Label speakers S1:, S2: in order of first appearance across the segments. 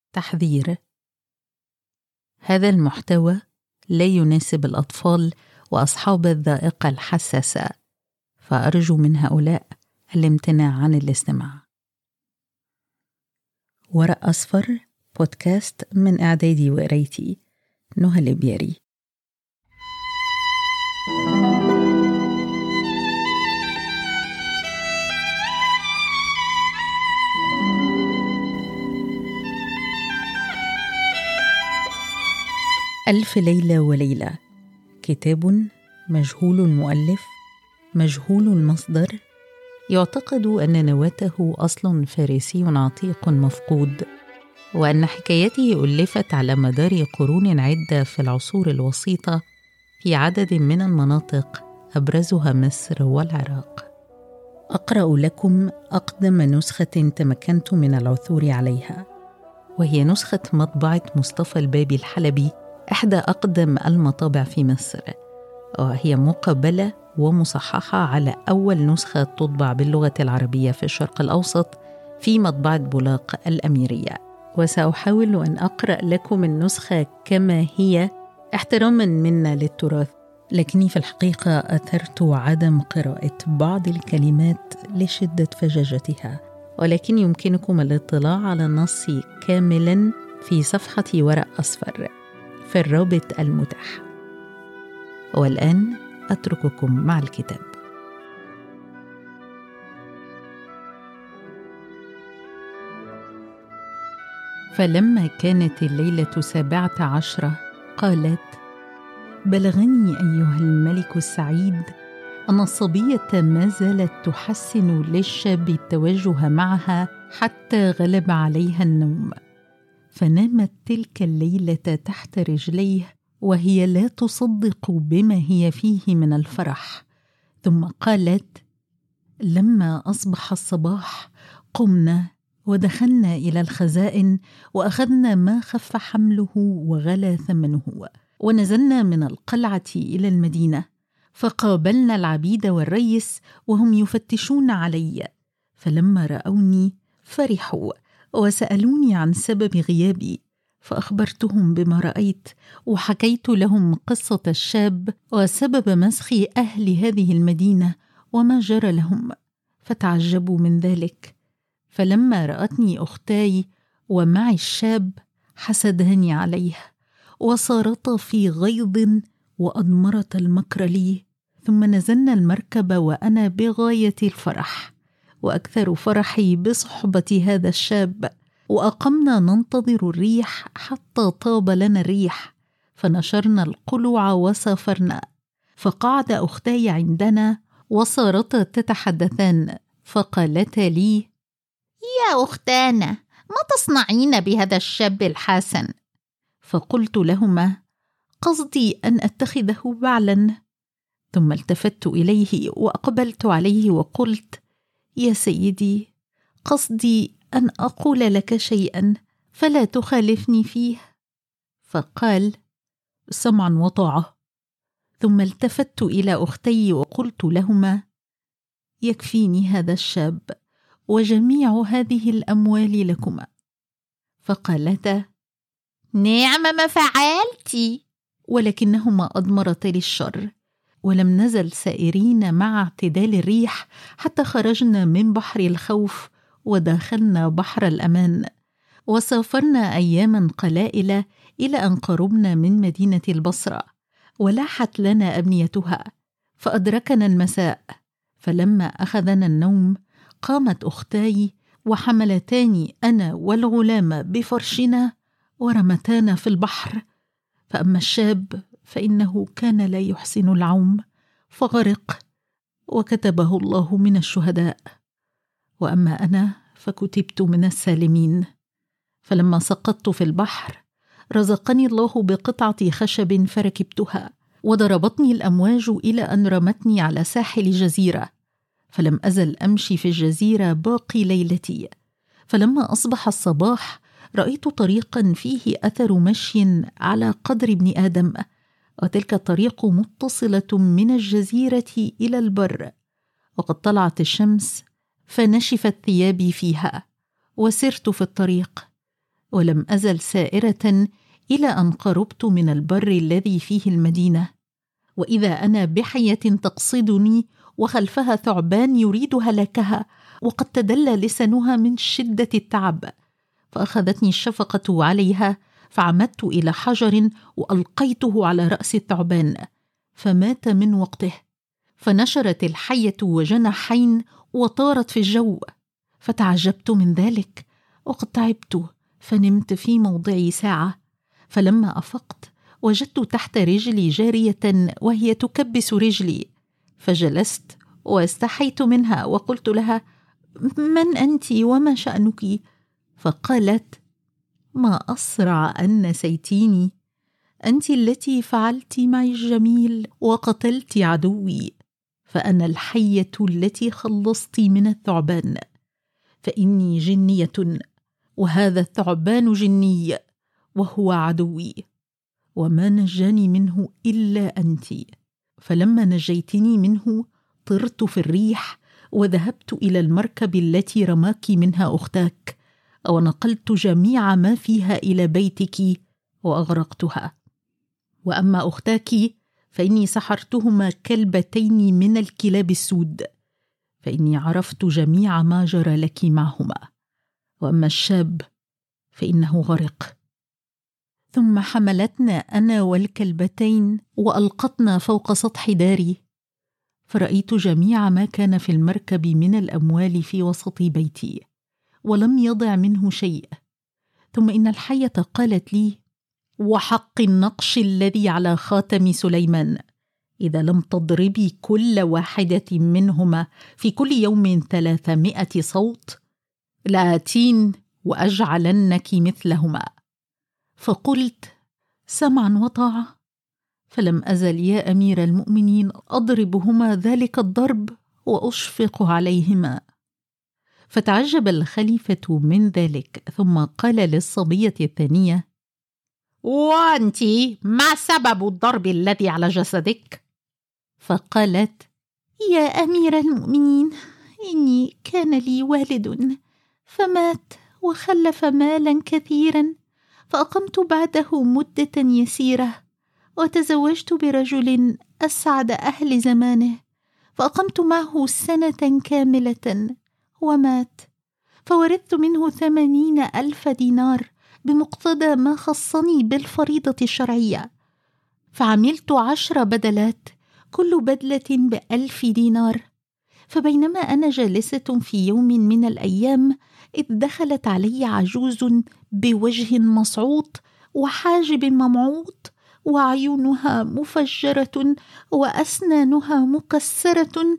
S1: تحذير: هذا المحتوى لا يناسب الأطفال وأصحاب الذائقة الحساسة، فأرجو من هؤلاء الامتناع عن الاستماع. ورق أصفر بودكاست من إعدادي وقرايتي نهى البياري. ألف ليلة وليلة، كتاب مجهول المؤلف مجهول المصدر، يعتقد أن نواته أصل فارسي عتيق مفقود، وأن حكايته ألفت على مدار قرون عدة في العصور الوسيطة في عدد من المناطق أبرزها مصر والعراق. أقرأ لكم أقدم نسخة تمكنت من العثور عليها، وهي نسخة مطبعة مصطفى البابي الحلبي، إحدى أقدم المطابع في مصر، وهي مقبلة ومصححة على أول نسخة تطبع باللغة العربية في الشرق الأوسط في مطبعة بولاق الأميرية. وسأحاول أن أقرأ لكم النسخة كما هي احتراما منا للتراث، لكني في الحقيقة أثرت عدم قراءة بعض الكلمات لشدة فجاجتها، ولكن يمكنكم الاطلاع على النص كاملا في صفحة ورق أصفر في الرابط المتاح. والآن أترككم مع الكتاب. فلما كانت الليلة 17 قالت: بلغني أيها الملك السعيد أن الصبية ما زالت تحسن للشاب التوجه معها حتى غلب عليها النوم، فنامت تلك الليلة تحت رجليه وهي لا تصدق بما هي فيه من الفرح. ثم قالت: لما أصبح الصباح قمنا ودخلنا إلى الخزائن وأخذنا ما خف حمله وغلى ثمنه، ونزلنا من القلعة إلى المدينة، فقابلنا العبيد والريس وهم يفتشون علي، فلما رأوني فرحوا وسألوني عن سبب غيابي، فأخبرتهم بما رأيت وحكيت لهم قصة الشاب وسبب مسخ أهل هذه المدينة وما جرى لهم، فتعجبوا من ذلك. فلما رأتني أختاي ومعي الشاب حسداني عليه وصارتا في غيظ وأضمرتا المكر لي، ثم نزلنا المركب وأنا بغاية الفرح وأكثر فرحي بصحبة هذا الشاب، وأقمنا ننتظر الريح حتى طاب لنا الريح، فنشرنا القلوع وسافرنا، فقعد أختاي عندنا وصارتا تتحدثان، فقالتا لي: يا أختانا، ما تصنعين بهذا الشاب الحسن؟ فقلت لهما: قصدي أن أتخذه بعلا. ثم التفت إليه وأقبلت عليه وقلت: يا سيدي، قصدي أن أقول لك شيئا فلا تخالفني فيه. فقال: سمعا وطاعة. ثم التفت إلى أختي وقلت لهما: يكفيني هذا الشاب وجميع هذه الأموال لكما. فقالتا: نعم ما فعلت. ولكنهما أضمرتا للشر، ولم نزل سائرين مع اعتدال الريح حتى خرجنا من بحر الخوف ودخلنا بحر الأمان، وسافرنا أياما قلائل إلى أن قربنا من مدينة البصرة، ولاحت لنا أبنيتها، فأدركنا المساء، فلما أخذنا النوم قامت أختاي وحملتاني أنا والغلام بفرشنا ورمتانا في البحر، فأما الشاب فإنه كان لا يحسن العوم فغرق وكتبه الله من الشهداء، وأما أنا فكتبت من السالمين. فلما سقطت في البحر رزقني الله بقطعة خشب فركبتها، وضربتني الأمواج إلى أن رمتني على ساحل جزيرة، فلم أزل أمشي في الجزيرة باقي ليلتي. فلما أصبح الصباح رأيت طريقا فيه أثر مشي على قدر ابن آدم، وتلك الطريق متصلة من الجزيرة إلى البر، وقد طلعت الشمس فنشفت ثيابي فيها، وسرت في الطريق، ولم أزل سائرة إلى أن قربت من البر الذي فيه المدينة، وإذا أنا بحية تقصدني وخلفها ثعبان يريد هلاكها، وقد تدلى لسانها من شدة التعب. فأخذتني الشفقة عليها، فعمدت إلى حجر وألقيته على رأس الثعبان، فمات من وقته. فنشرت الحية وجناحين وطارت في الجو، فتعجبت من ذلك، وقد تعبت فنمت في موضعي ساعة. فلما أفقت وجدت تحت رجلي جارية وهي تكبس رجلي، فجلست واستحيت منها وقلت لها: من أنت وما شأنك؟ فقالت: ما أسرع أن نسيتيني، أنت التي فعلت معي الجميل وقتلت عدوي، فأنا الحية التي خلصت من الثعبان، فإني جنية وهذا الثعبان جني وهو عدوي، وما نجاني منه إلا أنت. فلما نجيتني منه طرت في الريح وذهبت إلى المركب التي رماك منها أختك، ونقلت جميع ما فيها إلى بيتك وأغرقتها. وأما أختاك فإني سحرتهما كلبتين من الكلاب السود، فإني عرفت جميع ما جرى لك معهما. وأما الشاب فإنه غرق. ثم حملتنا أنا والكلبتين وألقتنا فوق سطح داري، فرأيت جميع ما كان في المركب من الأموال في وسط بيتي، ولم يضع منه شيء. ثم إن الحية قالت لي: وحق النقش الذي على خاتم سليمان، إذا لم تضربي كل واحدة منهما في كل يوم 300 صوت لآتين وأجعلنك مثلهما. فقلت: سمعا وطاعة. فلم أزل يا أمير المؤمنين أضربهما ذلك الضرب وأشفق عليهما. فتعجب الخليفة من ذلك، ثم قال للصبية الثانية: وأنت ما سبب الضرب الذي على جسدك؟ فقالت: يا أمير المؤمنين، إني كان لي والد فمات وخلف مالا كثيرا، فأقمت بعده مدة يسيرة، وتزوجت برجل أسعد أهل زمانه، فأقمت معه 1 كاملة ومات، فورثت منه 80,000 دينار بمقتضى ما خصني بالفريضة الشرعية، فعملت 10 بدلات كل بدلة ب1,000 دينار. فبينما أنا جالسة في يوم من الأيام، إذ دخلت علي عجوز بوجه مصعوط وحاجب ممعوط، وعيونها مفجرة وأسنانها مكسرة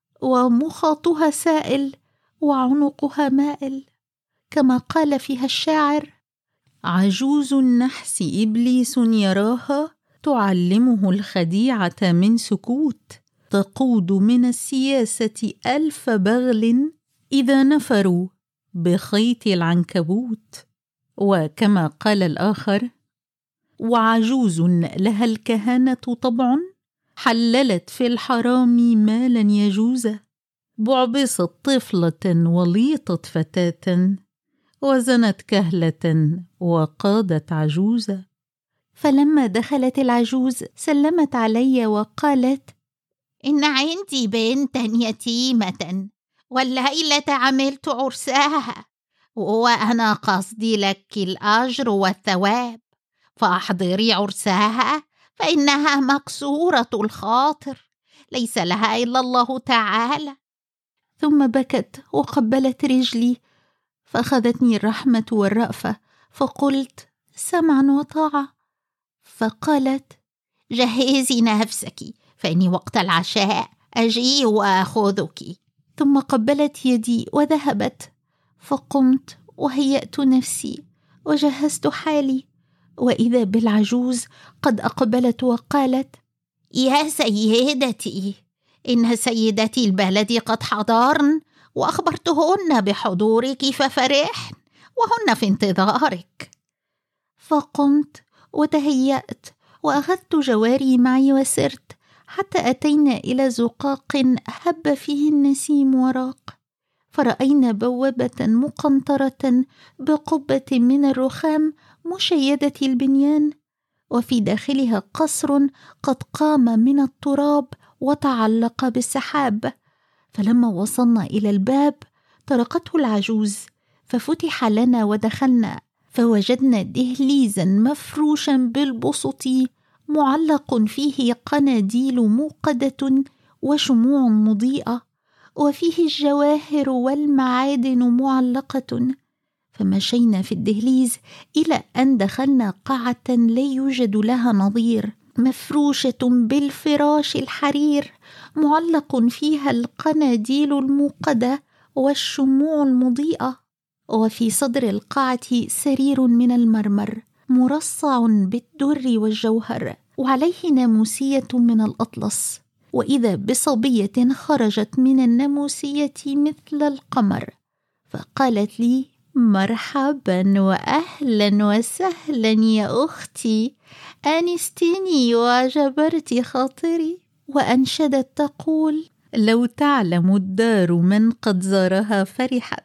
S1: ومخاطها سائل وعنقها مائل، كما قال فيها الشاعر: عجوز النحس إبليس يراها، تعلمه الخديعة من سكوت، تقود من السياسة 1000 بغل إذا نفروا بخيط العنكبوت. وكما قال الآخر: وعجوز لها الكهانة طبع، حللت في الحرام مالا يجوز، بعبصت طفلة وليطت فتاة، وزنت كهلة وقادت عجوزة. فلما دخلت العجوز سلمت علي وقالت: إن عندي بنتا يتيمة، والليلة عملت عرسها، وأنا قصدي لك الأجر والثواب، فأحضري عرسها، فإنها مكسورة الخاطر، ليس لها إلا الله تعالى. ثم بكت وقبلت رجلي، فأخذتني الرحمة والرأفة، فقلت: سمعا وطاعة. فقالت: جهزي نفسك، فإني وقت العشاء أجي وأخذك. ثم قبلت يدي وذهبت، فقمت وهيأت نفسي وجهزت حالي، وإذا بالعجوز قد أقبلت وقالت: يا سيدتي، إن سيدتي البلد قد حضرن، وأخبرتهن بحضورك ففرحن، وهن في انتظارك. فقمت وتهيأت وأخذت جواري معي وسرت، حتى أتينا إلى زقاق هب فيه النسيم وراق،
S2: فرأينا بوابة مقنطرة بقبة من الرخام مشيدة البنيان، وفي داخلها قصر قد قام من التراب وتعلق بالسحاب. فلما وصلنا إلى الباب طرقته العجوز، ففتح لنا ودخلنا، فوجدنا دهليزا مفروشا بالبسط معلق فيه قناديل موقدة وشموع مضيئة، وفيه الجواهر والمعادن معلقة. فمشينا في الدهليز إلى أن دخلنا قاعة لا يوجد لها نظير، مفروشة بالفراش الحرير، معلق فيها القناديل الموقدة والشموع المضيئة. وفي صدر القاعة سرير من المرمر مرصع بالدر والجوهر، وعليه ناموسية من الأطلس. وإذا بصبية خرجت من الناموسية مثل القمر، فقالت لي: مرحبا وأهلا وسهلا يا أختي، أنستني وجبرت خاطري. وأنشدت تقول:
S1: لو تعلم الدار من قد زارها فرحت،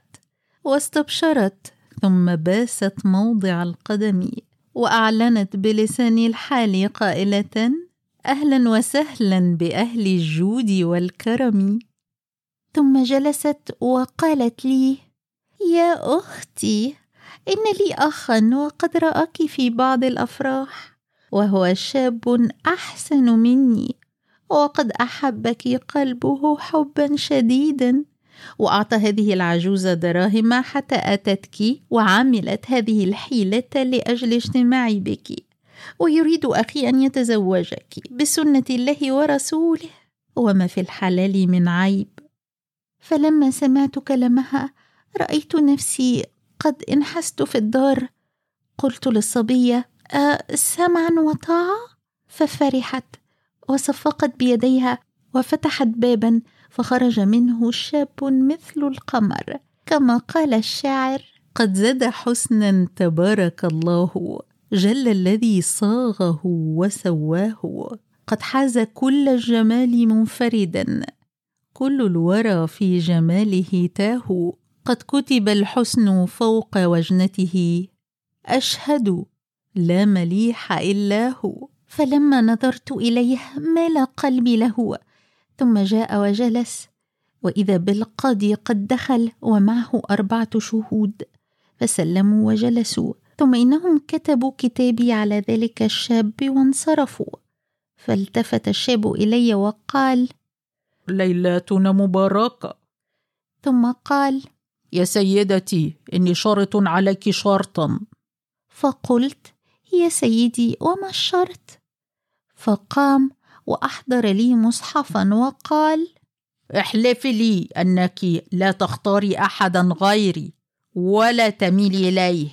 S1: واستبشرت ثم باست موضع القدم، وأعلنت بلسان الحال قائلة: أهلا وسهلا بأهل الجود والكرم.
S2: ثم جلست وقالت لي: يا أختي، إن لي أخا وقد رآك في بعض الأفراح، وهو شاب أحسن مني، وقد أحبك قلبه حبا شديدا، وأعطى هذه العجوز دراهم حتى أتتك، وعملت هذه الحيلة لأجل اجتماع بك، ويريد أخي أن يتزوجك بسنة الله ورسوله، وما في الحلال من عيب. فلما سمعت كلامها رأيت نفسي قد انحست في الدار. قلت للصبية: سمعا وطاعة؟ ففرحت وصفقت بيديها وفتحت بابا، فخرج منه شاب مثل القمر، كما قال الشاعر:
S1: قد زاد حسنا تبارك الله، جل الذي صاغه وسواه، قد حاز كل الجمال منفردا، كل الورى في جماله تاه، قد كتب الحسن فوق وجنته، أشهد لا مليح إلا هو.
S2: فلما نظرت إليه مال قلبي له، ثم جاء وجلس، وإذا بالقاضي قد دخل ومعه 4 شهود، فسلموا وجلسوا، ثم إنهم كتبوا كتابي على ذلك الشاب وانصرفوا. فالتفت الشاب إلي وقال:
S1: ليلاتنا مباركة.
S2: ثم قال:
S1: يا سيدتي، إني شرط عليك شرطا.
S2: فقلت: يا سيدي، وما الشرط؟ فقام وأحضر لي مصحفا وقال:
S1: احلفي لي أنك لا تختاري أحدا غيري ولا تميلي إليه.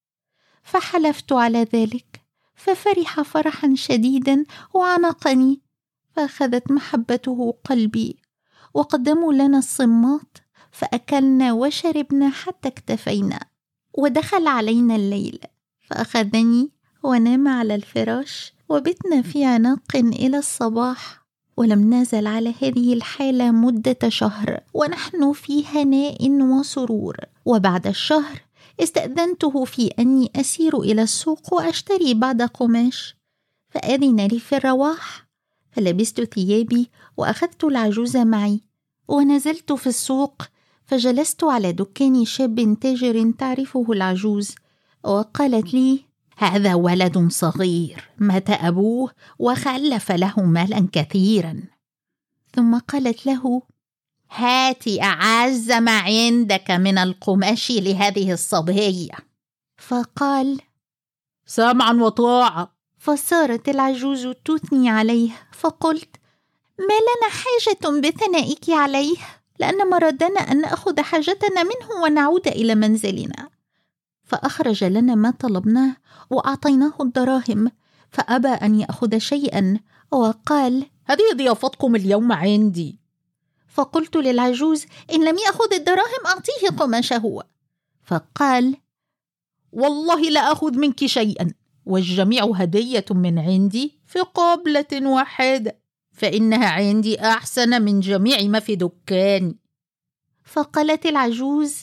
S2: فحلفت على ذلك، ففرح فرحا شديدا وعنقني، فأخذت محبته قلبي، وقدموا لنا الصمات، فأكلنا وشربنا حتى اكتفينا. ودخل علينا الليل، فأخذني ونام على الفراش، وبتنا في عناق إلى الصباح. ولم نزل على هذه الحالة مدة شهر، ونحن في هناء وسرور. وبعد الشهر استأذنته في أني أسير إلى السوق وأشتري بعض قماش، فأذن لي في الرواح، فلبست ثيابي وأخذت العجوز معي، ونزلت في السوق، فجلست على دكان شاب تاجر تعرفه العجوز، وقالت لي: هذا ولد صغير مات أبوه وخلف له مالا كثيرا. ثم قالت له: هاتي أعز ما عندك من القماش لهذه الصبية. فقال:
S1: سمعا وطاعة.
S2: فصارت العجوز تثني عليه، فقلت: ما لنا حاجة بثنائك عليه، لأن مرادنا أن نأخذ حاجتنا منه ونعود إلى منزلنا. فأخرج لنا ما طلبناه وأعطيناه الدراهم، فأبى أن يأخذ شيئا، وقال:
S1: هذه ضيافتكم اليوم عندي.
S2: فقلت للعجوز: إن لم يأخذ الدراهم أعطيه قماشه. فقال:
S1: والله لا أخذ منك شيئا، والجميع هدية من عندي في قبلة واحدة، فإنها عندي أحسن من جميع ما في دكاني.
S2: فقالت العجوز: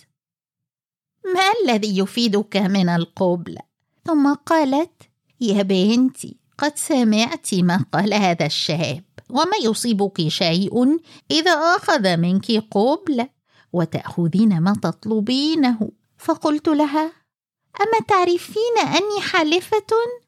S2: ما الذي يفيدك من القبلة؟ ثم قالت: يا بنتي، قد سمعت ما قال هذا الشاب، وما يصيبك شيء إذا أخذ منك قبلة وتأخذين ما تطلبينه. فقلت لها: أما تعرفين أني حالفة؟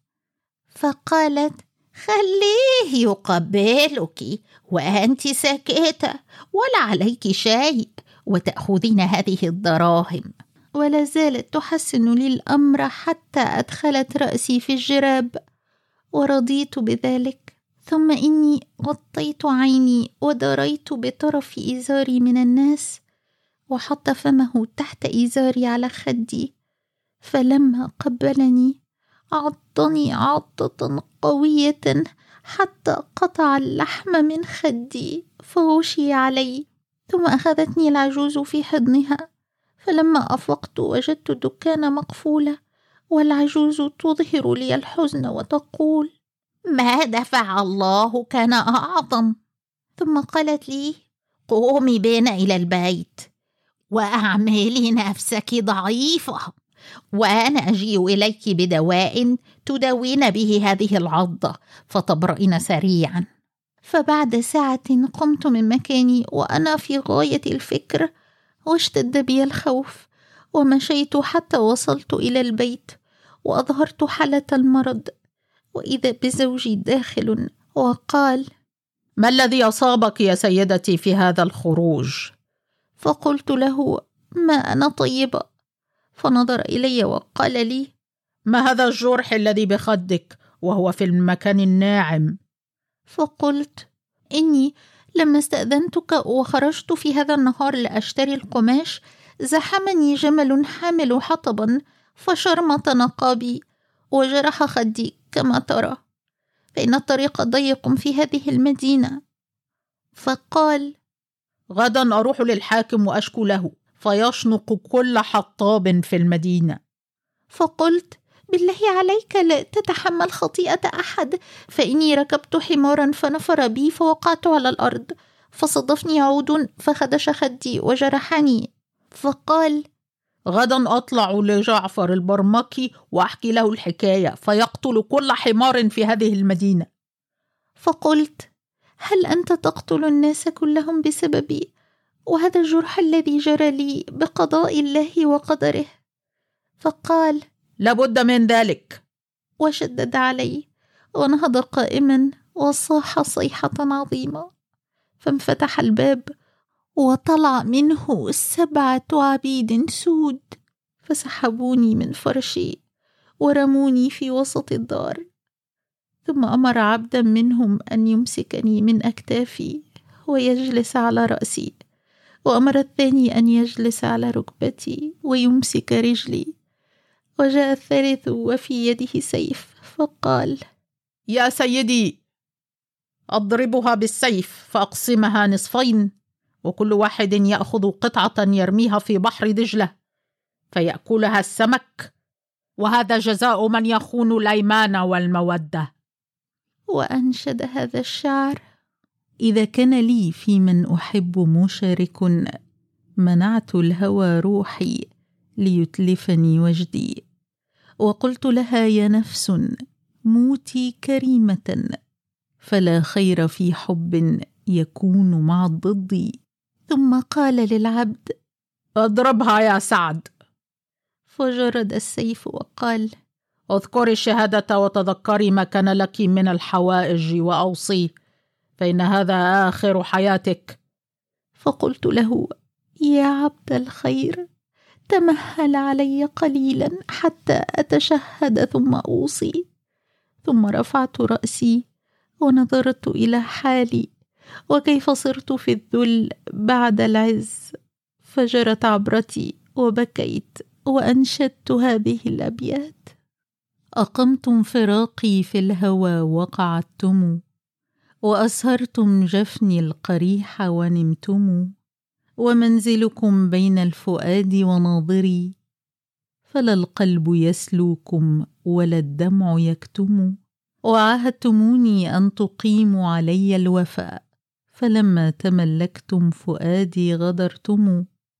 S2: فقالت: خليه يقبلك وأنت ساكتة ولا عليك شيء، وتأخذين هذه الدراهم. ولا زالت تحسن لي الأمر حتى أدخلت رأسي في الجراب، ورضيت بذلك. ثم إني غطيت عيني ودريت بطرف إزاري من الناس، وحط فمه تحت إزاري على خدي، فلما قبلني عضني عضة قوية حتى قطع اللحم من خدي فغشي علي. ثم أخذتني العجوز في حضنها، فلما أفقت وجدت الدكان مقفولة، والعجوز تظهر لي الحزن وتقول: ما دفع الله كان أعظم. ثم قالت لي: قومي بنا إلى البيت وأعملي نفسك ضعيفة، وأنا أجيء إليك بدواء تداوين به هذه العضة فتبرئين سريعا. فبعد ساعة قمت من مكاني وأنا في غاية الفكر، واشتد بي الخوف، ومشيت حتى وصلت إلى البيت وأظهرت حالة المرض، وإذا بزوجي داخل وقال:
S1: ما الذي أصابك يا سيدتي في هذا الخروج؟
S2: فقلت له: ما أنا طيبة. فنظر إلي وقال لي:
S1: ما هذا الجرح الذي بخدك وهو في المكان الناعم؟
S2: فقلت: إني لما استأذنتك وخرجت في هذا النهار لأشتري القماش، زحمني جمل حامل حطبا فشرمط نقابي وجرح خدي كما ترى، فإن الطريق ضيق في هذه المدينة. فقال:
S1: غدا أروح للحاكم وأشكو له فيشنق كل حطاب في المدينة.
S2: فقلت: بالله عليك لا تتحمل خطيئة أحد، فإني ركبت حمارا فنفر بي فوقعت على الأرض، فصدفني عود فخدش خدي وجرحني. فقال:
S1: غدا أطلع لجعفر البرمكي وأحكي له الحكاية فيقتل كل حمار في هذه المدينة.
S2: فقلت: هل أنت تقتل الناس كلهم بسببي؟ وهذا الجرح الذي جرى لي بقضاء الله وقدره. فقال:
S1: لابد من ذلك.
S2: وشدد علي ونهض قائما وصاح صيحة عظيمة، فانفتح الباب وطلع منه 7 عبيد سود، فسحبوني من فرشي ورموني في وسط الدار. ثم أمر عبدا منهم أن يمسكني من أكتافي ويجلس على رأسي، وأمر الثاني أن يجلس على ركبتي ويمسك رجلي، وجاء الثالث وفي يده سيف فقال:
S1: يا سيدي، أضربها بالسيف فأقسمها نصفين، وكل واحد يأخذ قطعة يرميها في بحر دجلة فيأكلها السمك، وهذا جزاء من يخون الأيمان والمودة.
S2: وأنشد هذا الشعر:
S1: إذا كان لي في من أحب مشارك، منعت الهوى روحي ليتلفني وجدي، وقلت لها: يا نفس موتي كريمة، فلا خير في حب يكون مع الضد.
S2: ثم قال للعبد:
S1: اضربها يا سعد.
S2: فجرد السيف وقال:
S1: اذكري الشهادة وتذكري ما كان لك من الحوائج وأوصي، فإن هذا آخر حياتك.
S2: فقلت له: يا عبد الخير، تمهل علي قليلا حتى أتشهد ثم أوصي. ثم رفعت رأسي ونظرت إلى حالي وكيف صرت في الذل بعد العز، فجرت عبرتي وبكيت وأنشدت هذه الأبيات:
S1: أقمتم فراقي في الهوى وقعدتم، وأسهرتم جفني القريح ونمتم، ومنزلكم بين الفؤاد وناظري، فلا القلب يسلوكم ولا الدمع يكتم، وعاهدتموني أن تقيموا علي الوفاء، فلما تملكتم فؤادي غدرتم،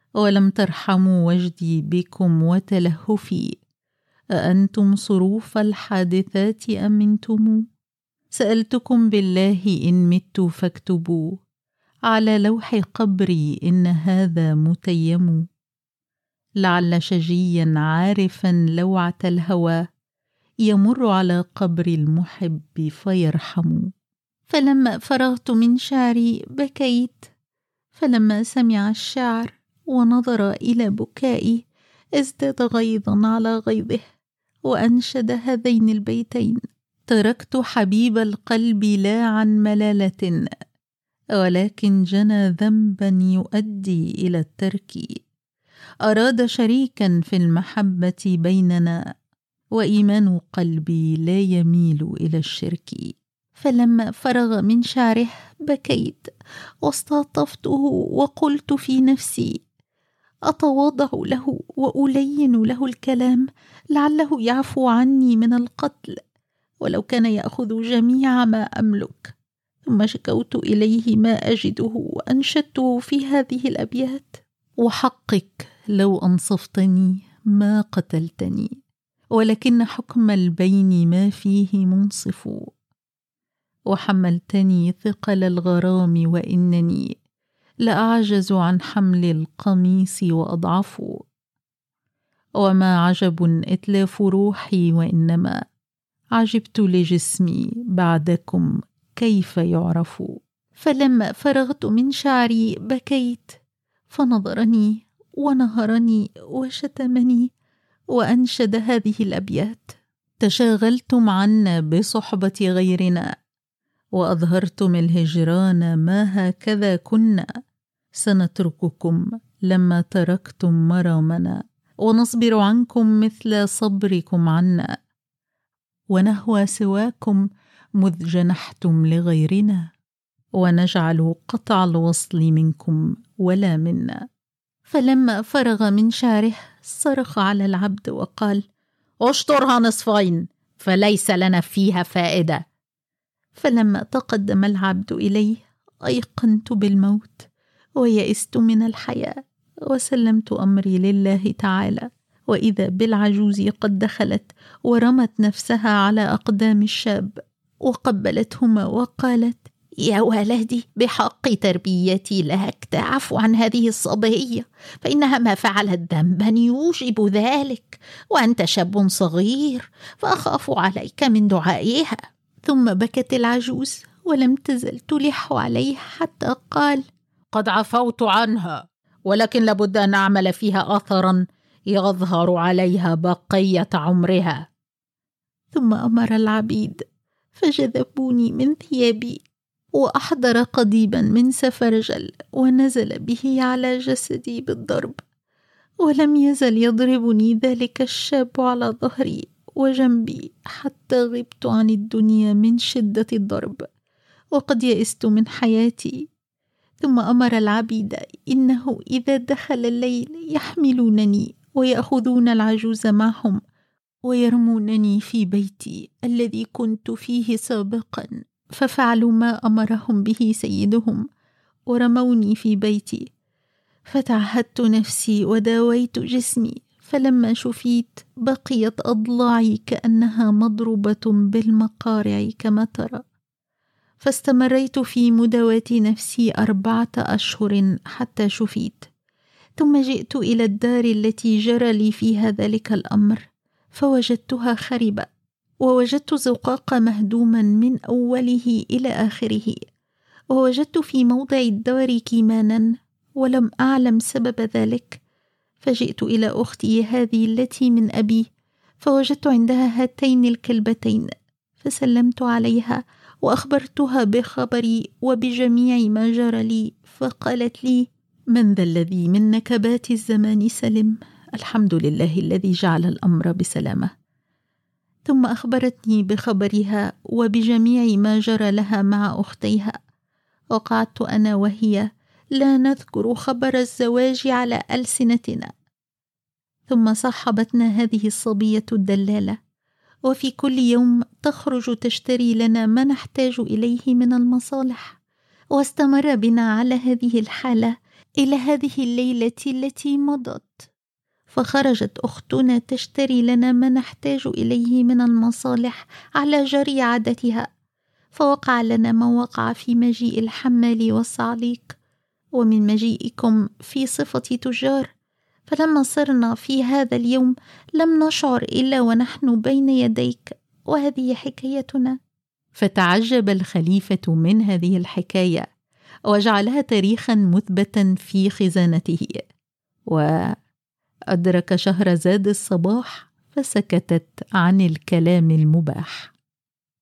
S1: ولم ترحموا وجدي بكم وتلهفي. أأنتم صروف الحادثات أمنتم؟ سألتكم بالله إن مت فاكتبوا على لوح قبري إن هذا متيم. لعل شجيا عارفا لوعة الهوى يمر على قبر المحب فيرحم.
S2: فلما فرغت من شعري بكيت، فلما سمع الشعر ونظر إلى بكائي ازداد غيظا على غيظه، وأنشد هذين البيتين:
S1: تركت حبيب القلب لا عن ملالة، ولكن جنى ذنبا يؤدي إلى الترك. أراد شريكا في المحبة بيننا، وإيمان قلبي لا يميل إلى الشرك.
S2: فلما فرغ من شعره بكيت واستعطفته وقلت في نفسي: أتواضع له وألين له الكلام لعله يعفو عني من القتل، ولو كان يأخذ جميع ما أملك. ثم شكوت إليه ما أجده وأنشدته في هذه الأبيات:
S1: وحقك لو أنصفتني ما قتلتني، ولكن حكم البين ما فيه منصف. وحملتني ثقل الغرام وإنني لأعجز عن حمل القميص وأضعف. وما عجب إتلاف روحي، وإنما عجبت لجسمي بعدكم كيف يعرف.
S2: فلما فرغت من شعري بكيت، فنظرني ونهرني وشتمني وأنشد هذه الأبيات:
S1: تشاغلتم عنا بصحبة غيرنا، وأظهرتم الهجران ما هكذا كنا. سنترككم لما تركتم مرامنا، ونصبر عنكم مثل صبركم عنا، ونهوى سواكم مذ جنحتم لغيرنا، ونجعل قطع الوصل منكم ولا منا.
S2: فلما فرغ من شعره صرخ على العبد وقال:
S1: اشطرها نصفين فليس لنا فيها فائدة.
S2: فلما تقدم العبد إليه أيقنت بالموت ويئست من الحياة، وسلمت أمري لله تعالى، وإذا بالعجوز قد دخلت ورمت نفسها على أقدام الشاب وقبلتهما وقالت: يا ولدي، بحق تربيتي لك تعفو عن هذه الصبية، فإنها ما فعلت ذنبا يوجب ذلك، وأنت شاب صغير فأخاف عليك من دعائها. ثم بكت العجوز ولم تزل تلح عليه حتى قال:
S1: قد عفوت عنها، ولكن لابد أن أعمل فيها أثرا يظهر عليها بقية عمرها.
S2: ثم أمر العبيد فجذبوني من ثيابي، وأحضر قضيبا من سفرجل ونزل به على جسدي بالضرب، ولم يزل يضربني ذلك الشاب على ظهري وجنبي حتى غبت عن الدنيا من شدة الضرب، وقد يئست من حياتي. ثم أمر العبيد إنه إذا دخل الليل يحملونني ويأخذون العجوز معهم ويرمونني في بيتي الذي كنت فيه سابقا. ففعلوا ما أمرهم به سيدهم ورموني في بيتي، فتعهدت نفسي وداويت جسمي، فلما شفيت بقيت أضلاعي كأنها مضروبة بالمقارع كما ترى. فاستمريت في مداواة نفسي 4 أشهر حتى شفيت. ثم جئت إلى الدار التي جرى لي فيها ذلك الأمر، فوجدتها خربة، ووجدت زقاق مهدوما من أوله إلى آخره، ووجدت في موضع الدار كيمانا ولم أعلم سبب ذلك. فجئت إلى أختي هذه التي من أبي، فوجدت عندها هاتين الكلبتين، فسلمت عليها وأخبرتها بخبري وبجميع ما جرى لي، فقالت لي:
S1: من ذا الذي من نكبات الزمان سلم؟ الحمد لله الذي جعل الأمر بسلامة.
S2: ثم أخبرتني بخبرها وبجميع ما جرى لها مع أختيها، وقعدت أنا وهي لا نذكر خبر الزواج على ألسنتنا. ثم صحبتنا هذه الصبية الدلالة، وفي كل يوم تخرج تشتري لنا ما نحتاج إليه من المصالح، واستمر بنا على هذه الحالة إلى هذه الليلة التي مضت. فخرجت أختنا تشتري لنا ما نحتاج إليه من المصالح على جري عادتها، فوقع لنا ما وقع في مجيء الحمال والصعليك، ومن مجيئكم في صفة تجار. فلما صرنا في هذا اليوم لم نشعر إلا ونحن بين يديك، وهذه حكايتنا.
S1: فتعجب الخليفة من هذه الحكاية وجعلها تاريخا مثبتا في خزانته. وأدرك شهرزاد الصباح فسكتت عن الكلام المباح.